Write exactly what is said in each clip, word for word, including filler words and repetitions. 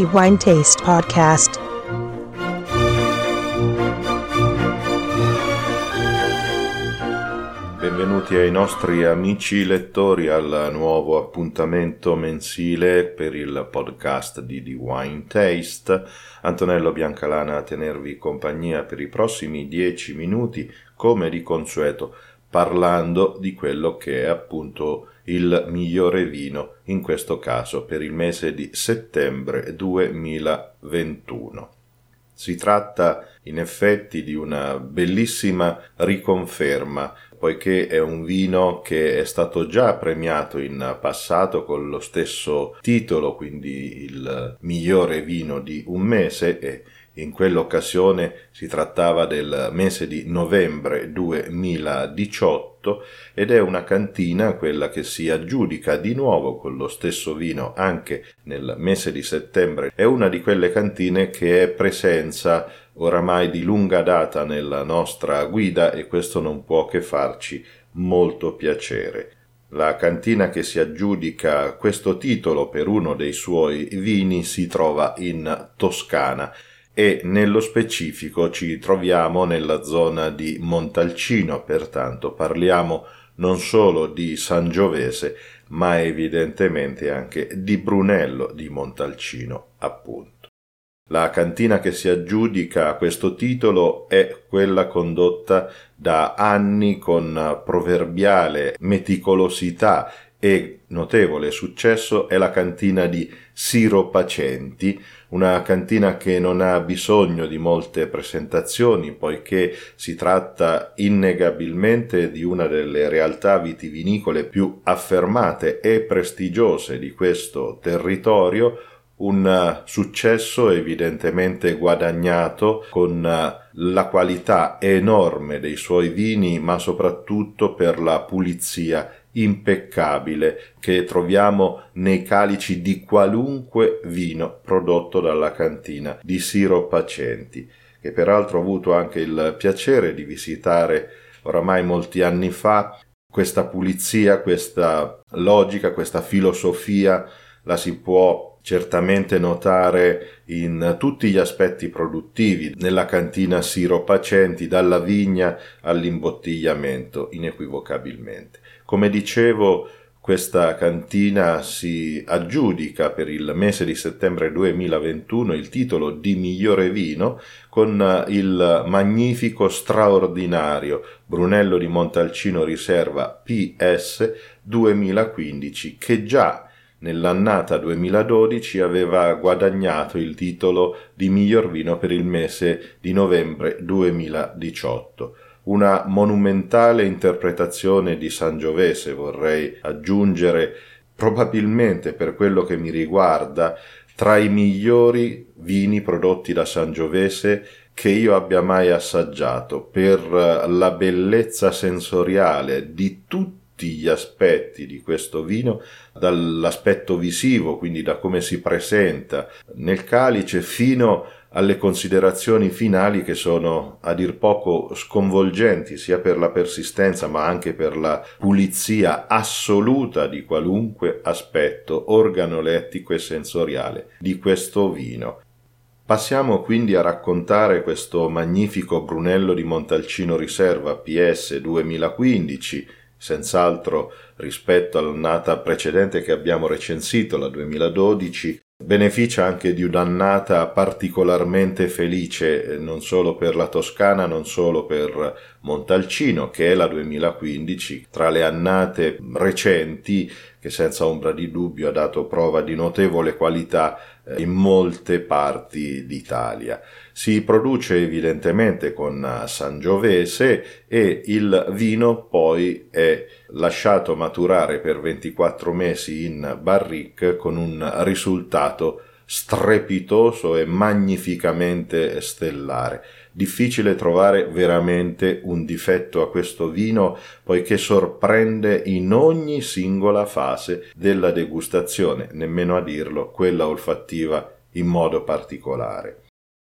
di Wine Taste Podcast. Benvenuti ai nostri amici lettori al nuovo appuntamento mensile per il podcast di The Wine Taste. Antonello Biancalana a tenervi compagnia per i prossimi dieci minuti, come di consueto, parlando di quello che è appunto il migliore vino, in questo caso per il mese di settembre duemilaventuno. Si tratta in effetti di una bellissima riconferma, poiché è un vino che è stato già premiato in passato con lo stesso titolo, quindi il migliore vino di un mese, e in quell'occasione si trattava del mese di novembre duemiladiciotto, ed è una cantina quella che si aggiudica di nuovo con lo stesso vino anche nel mese di settembre. È una di quelle cantine che è presenza oramai di lunga data nella nostra guida, e questo non può che farci molto piacere. La cantina che si aggiudica questo titolo per uno dei suoi vini si trova in Toscana, e nello specifico ci troviamo nella zona di Montalcino, pertanto parliamo non solo di Sangiovese, ma evidentemente anche di Brunello di Montalcino, appunto. La cantina che si aggiudica a questo titolo è quella condotta da anni con proverbiale meticolosità e notevole successo. È la cantina di Siro Pacenti, una cantina che non ha bisogno di molte presentazioni, poiché si tratta innegabilmente di una delle realtà vitivinicole più affermate e prestigiose di questo territorio, un successo evidentemente guadagnato con la qualità enorme dei suoi vini, ma soprattutto per la pulizia impeccabile che troviamo nei calici di qualunque vino prodotto dalla cantina di Siro Pacenti, che peraltro ho avuto anche il piacere di visitare oramai molti anni fa. Questa pulizia, questa logica, questa filosofia la si può certamente notare in tutti gli aspetti produttivi nella cantina Siro Pacenti, dalla vigna all'imbottigliamento, inequivocabilmente. Come dicevo, questa cantina si aggiudica per il mese di settembre duemilaventuno il titolo di migliore vino con il magnifico, straordinario Brunello di Montalcino Riserva P S duemilaquindici, che già nell'annata duemiladodici aveva guadagnato il titolo di miglior vino per il mese di novembre duemiladiciotto. Una monumentale interpretazione di Sangiovese, vorrei aggiungere, probabilmente per quello che mi riguarda, tra i migliori vini prodotti da Sangiovese che io abbia mai assaggiato, per la bellezza sensoriale di tutti gli aspetti di questo vino, dall'aspetto visivo, quindi da come si presenta nel calice, fino alle considerazioni finali che sono a dir poco sconvolgenti, sia per la persistenza ma anche per la pulizia assoluta di qualunque aspetto organolettico e sensoriale di questo vino. Passiamo quindi a raccontare questo magnifico Brunello di Montalcino Riserva P S duemilaquindici, senz'altro rispetto all'annata precedente che abbiamo recensito, la duemiladodici, beneficia anche di un'annata particolarmente felice, non solo per la Toscana, non solo per Montalcino, che è la duemilaquindici, tra le annate recenti che senza ombra di dubbio ha dato prova di notevole qualità in molte parti d'Italia. Si produce evidentemente con Sangiovese e il vino poi è lasciato maturare per ventiquattro mesi in barrique con un risultato strepitoso e magnificamente stellare. Difficile trovare veramente un difetto a questo vino, poiché sorprende in ogni singola fase della degustazione, nemmeno a dirlo, quella olfattiva in modo particolare.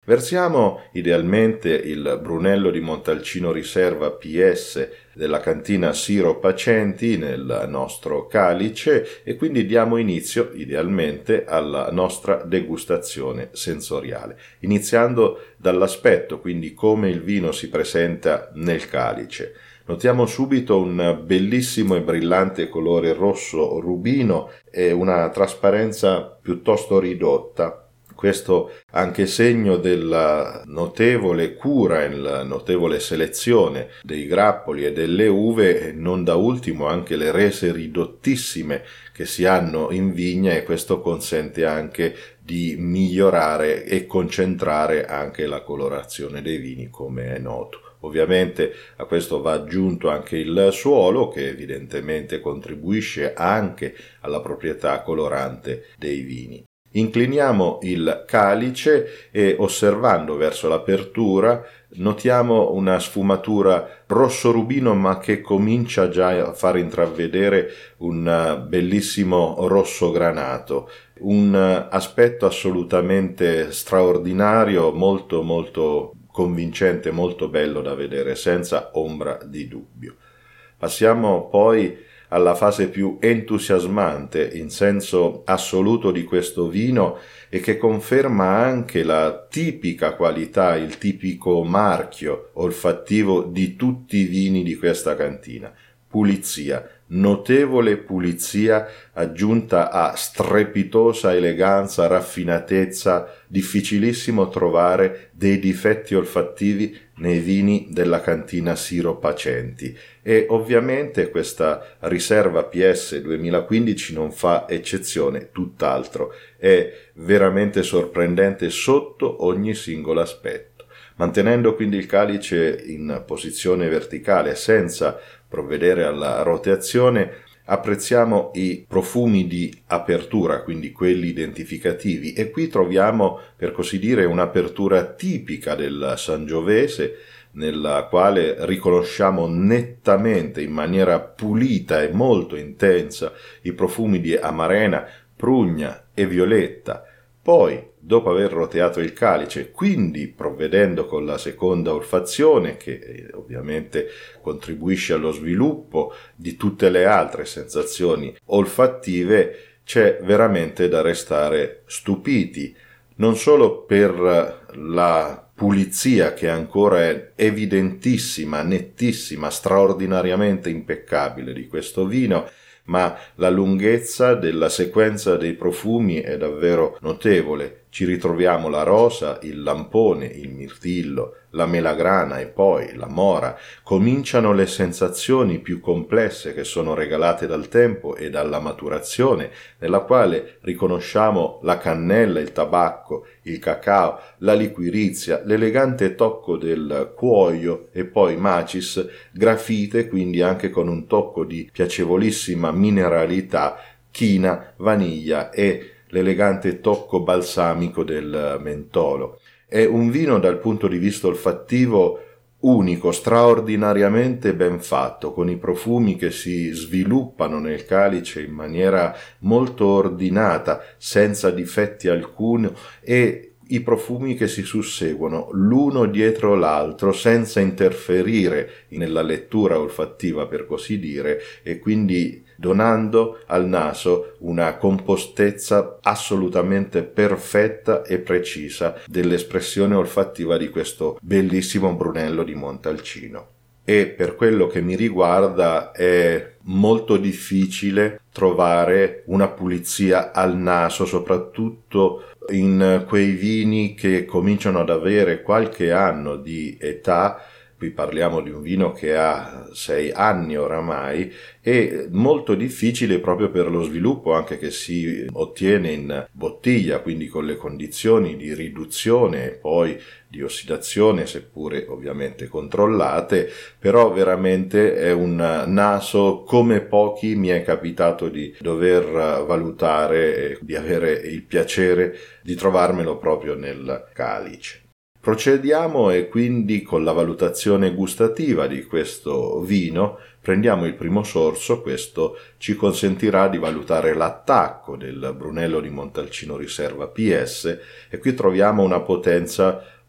Versiamo idealmente il Brunello di Montalcino Riserva P S della cantina Siro Pacenti nel nostro calice e quindi diamo inizio idealmente alla nostra degustazione sensoriale, iniziando dall'aspetto, quindi come il vino si presenta nel calice. Notiamo subito un bellissimo e brillante colore rosso rubino e una trasparenza piuttosto ridotta. Questo anche segno della notevole cura e la notevole selezione dei grappoli e delle uve, e non da ultimo anche le rese ridottissime che si hanno in vigna, e questo consente anche di migliorare e concentrare anche la colorazione dei vini, come è noto. Ovviamente a questo va aggiunto anche il suolo, che evidentemente contribuisce anche alla proprietà colorante dei vini. Incliniamo il calice e, osservando verso l'apertura, notiamo una sfumatura rosso rubino, ma che comincia già a far intravedere un bellissimo rosso granato, un aspetto assolutamente straordinario, molto molto convincente, molto bello da vedere, senza ombra di dubbio. Passiamo poi alla fase più entusiasmante in senso assoluto di questo vino, e che conferma anche la tipica qualità, il tipico marchio olfattivo di tutti i vini di questa cantina: pulizia, notevole pulizia aggiunta a strepitosa eleganza, raffinatezza. Difficilissimo trovare dei difetti olfattivi nei vini della cantina Siro Pacenti, e ovviamente questa riserva P S duemilaquindici non fa eccezione, tutt'altro, è veramente sorprendente sotto ogni singolo aspetto. Mantenendo quindi il calice in posizione verticale senza provvedere alla rotazione, apprezziamo i profumi di apertura, quindi quelli identificativi, e qui troviamo, per così dire, un'apertura tipica del Sangiovese, nella quale riconosciamo nettamente, in maniera pulita e molto intensa, i profumi di amarena, prugna e violetta. Poi, dopo aver roteato il calice, quindi provvedendo con la seconda olfazione, che eh, ovviamente contribuisce allo sviluppo di tutte le altre sensazioni olfattive, c'è veramente da restare stupiti, non solo per la pulizia, che ancora è evidentissima, nettissima, straordinariamente impeccabile di questo vino, ma la lunghezza della sequenza dei profumi è davvero notevole. Ci ritroviamo la rosa, il lampone, il mirtillo, la melagrana e poi la mora. Cominciano le sensazioni più complesse che sono regalate dal tempo e dalla maturazione, nella quale riconosciamo la cannella, il tabacco, il cacao, la liquirizia, l'elegante tocco del cuoio e poi macis, grafite, quindi anche con un tocco di piacevolissima mineralità, china, vaniglia e l'elegante tocco balsamico del mentolo. È un vino dal punto di vista olfattivo unico, straordinariamente ben fatto, con i profumi che si sviluppano nel calice in maniera molto ordinata, senza difetti alcuno, e i profumi che si susseguono l'uno dietro l'altro senza interferire nella lettura olfattiva, per così dire, e quindi donando al naso una compostezza assolutamente perfetta e precisa dell'espressione olfattiva di questo bellissimo Brunello di Montalcino. E per quello che mi riguarda è molto difficile trovare una pulizia al naso, soprattutto in quei vini che cominciano ad avere qualche anno di età. Qui parliamo di un vino che ha sei anni oramai, e molto difficile proprio per lo sviluppo anche che si ottiene in bottiglia, quindi con le condizioni di riduzione e poi di ossidazione, seppure ovviamente controllate, però veramente è un naso come pochi mi è capitato di dover valutare e di avere il piacere di trovarmelo proprio nel calice. Procediamo e quindi con la valutazione gustativa di questo vino prendiamo il primo sorso. Questo ci consentirà di valutare l'attacco del Brunello di Montalcino Riserva P S, e qui troviamo una potenza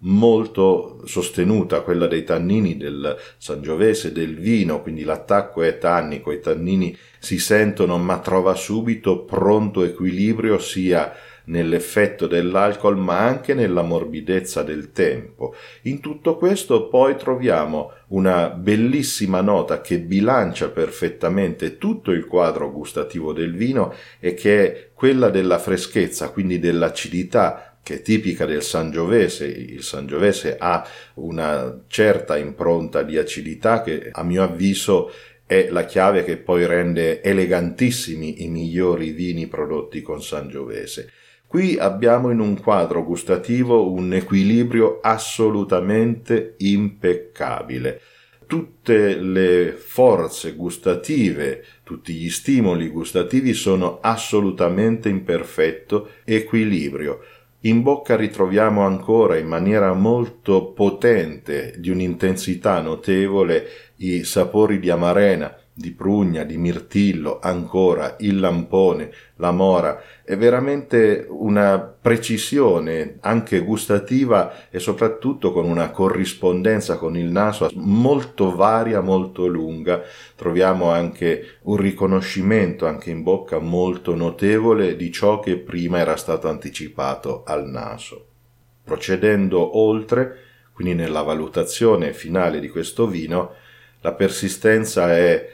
molto sostenuta, quella dei tannini del Sangiovese, del vino, quindi l'attacco è tannico, i tannini si sentono, ma trova subito pronto equilibrio sia nell'effetto dell'alcol ma anche nella morbidezza del tempo. In tutto questo poi troviamo una bellissima nota che bilancia perfettamente tutto il quadro gustativo del vino e che è quella della freschezza, quindi dell'acidità che è tipica del Sangiovese. Il Sangiovese ha una certa impronta di acidità che a mio avviso è la chiave che poi rende elegantissimi i migliori vini prodotti con Sangiovese. Qui abbiamo in un quadro gustativo un equilibrio assolutamente impeccabile. Tutte le forze gustative, tutti gli stimoli gustativi sono assolutamente in perfetto equilibrio. In bocca ritroviamo ancora in maniera molto potente, di un'intensità notevole, i sapori di amarena, di prugna, di mirtillo, ancora il lampone, la mora. È veramente una precisione anche gustativa e soprattutto con una corrispondenza con il naso molto varia, molto lunga. Troviamo anche un riconoscimento anche in bocca molto notevole di ciò che prima era stato anticipato al naso. Procedendo oltre, quindi nella valutazione finale di questo vino, la persistenza è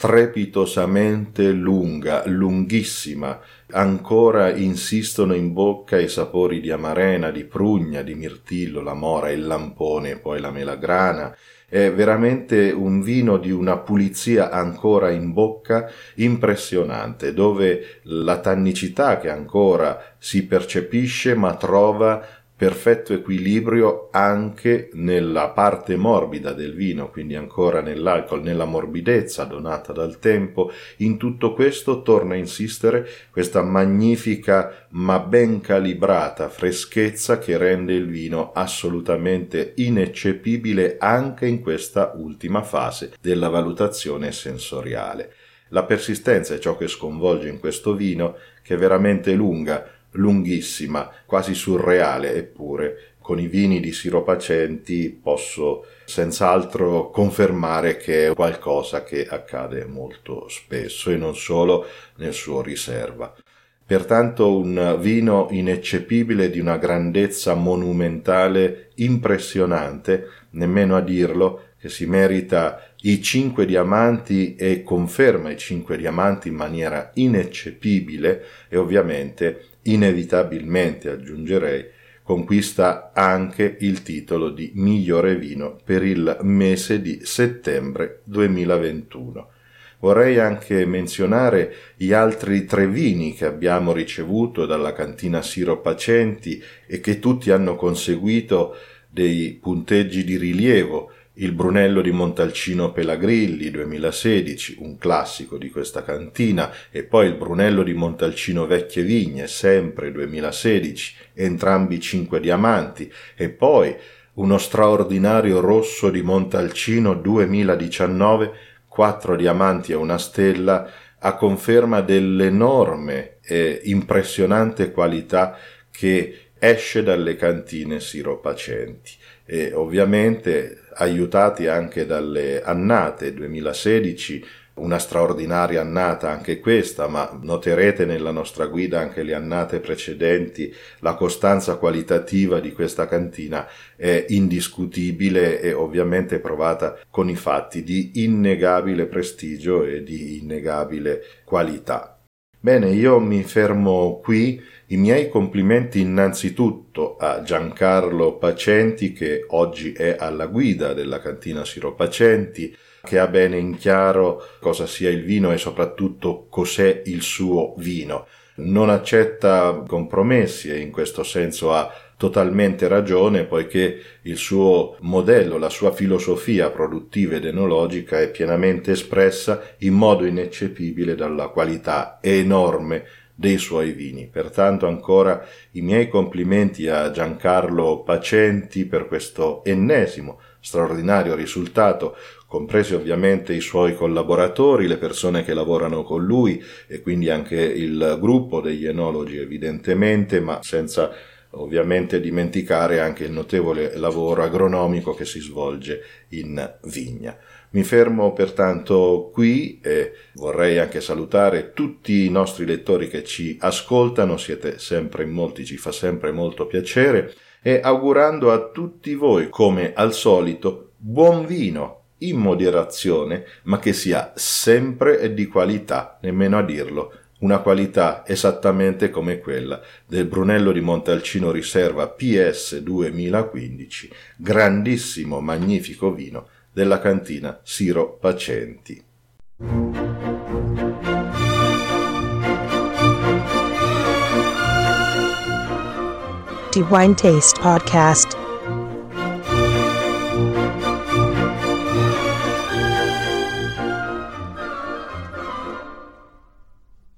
strepitosamente lunga, lunghissima. Ancora insistono in bocca i sapori di amarena, di prugna, di mirtillo, la mora, il lampone e poi la melagrana. È veramente un vino di una pulizia ancora in bocca impressionante, dove la tannicità che ancora si percepisce ma trova perfetto equilibrio anche nella parte morbida del vino, quindi ancora nell'alcol, nella morbidezza donata dal tempo. In tutto questo torna a insistere questa magnifica ma ben calibrata freschezza che rende il vino assolutamente ineccepibile anche in questa ultima fase della valutazione sensoriale. La persistenza è ciò che sconvolge in questo vino, che è veramente lunga, lunghissima, quasi surreale, eppure con i vini di Siro Pacenti posso senz'altro confermare che è qualcosa che accade molto spesso e non solo nel suo riserva. Pertanto un vino ineccepibile di una grandezza monumentale impressionante, nemmeno a dirlo, che si merita i cinque diamanti e conferma i cinque diamanti in maniera ineccepibile e ovviamente inevitabilmente, aggiungerei, conquista anche il titolo di migliore vino per il mese di settembre duemilaventuno. Vorrei anche menzionare gli altri tre vini che abbiamo ricevuto dalla cantina Siro Pacenti e che tutti hanno conseguito dei punteggi di rilievo. Il Brunello di Montalcino Pelagrilli duemilasedici, un classico di questa cantina, e poi il Brunello di Montalcino Vecchie Vigne, sempre duemilasedici, entrambi cinque diamanti, e poi uno straordinario Rosso di Montalcino duemiladiciannove, quattro diamanti e una stella, a conferma dell'enorme e impressionante qualità che esce dalle cantine Siro Pacenti. E ovviamente aiutati anche dalle annate duemilasedici, una straordinaria annata anche questa, ma noterete nella nostra guida anche le annate precedenti. La costanza qualitativa di questa cantina è indiscutibile e ovviamente provata con i fatti di innegabile prestigio e di innegabile qualità. Bene, io mi fermo qui. I miei complimenti innanzitutto a Giancarlo Pacenti, che oggi è alla guida della cantina Siro Pacenti, che ha bene in chiaro cosa sia il vino e soprattutto cos'è il suo vino. Non accetta compromessi e in questo senso ha totalmente ragione, poiché il suo modello, la sua filosofia produttiva ed enologica è pienamente espressa in modo ineccepibile dalla qualità enorme dei suoi vini. Pertanto ancora i miei complimenti a Giancarlo Pacenti per questo ennesimo straordinario risultato, compresi ovviamente i suoi collaboratori, le persone che lavorano con lui e quindi anche il gruppo degli enologi evidentemente, ma senza ovviamente dimenticare anche il notevole lavoro agronomico che si svolge in vigna. Mi fermo pertanto qui e vorrei anche salutare tutti i nostri lettori che ci ascoltano, siete sempre in molti, ci fa sempre molto piacere, e augurando a tutti voi, come al solito, buon vino in moderazione, ma che sia sempre di qualità, nemmeno a dirlo, una qualità esattamente come quella del Brunello di Montalcino Riserva P S duemilaquindici, grandissimo, magnifico vino della cantina Siro Pacenti. The Wine Taste Podcast.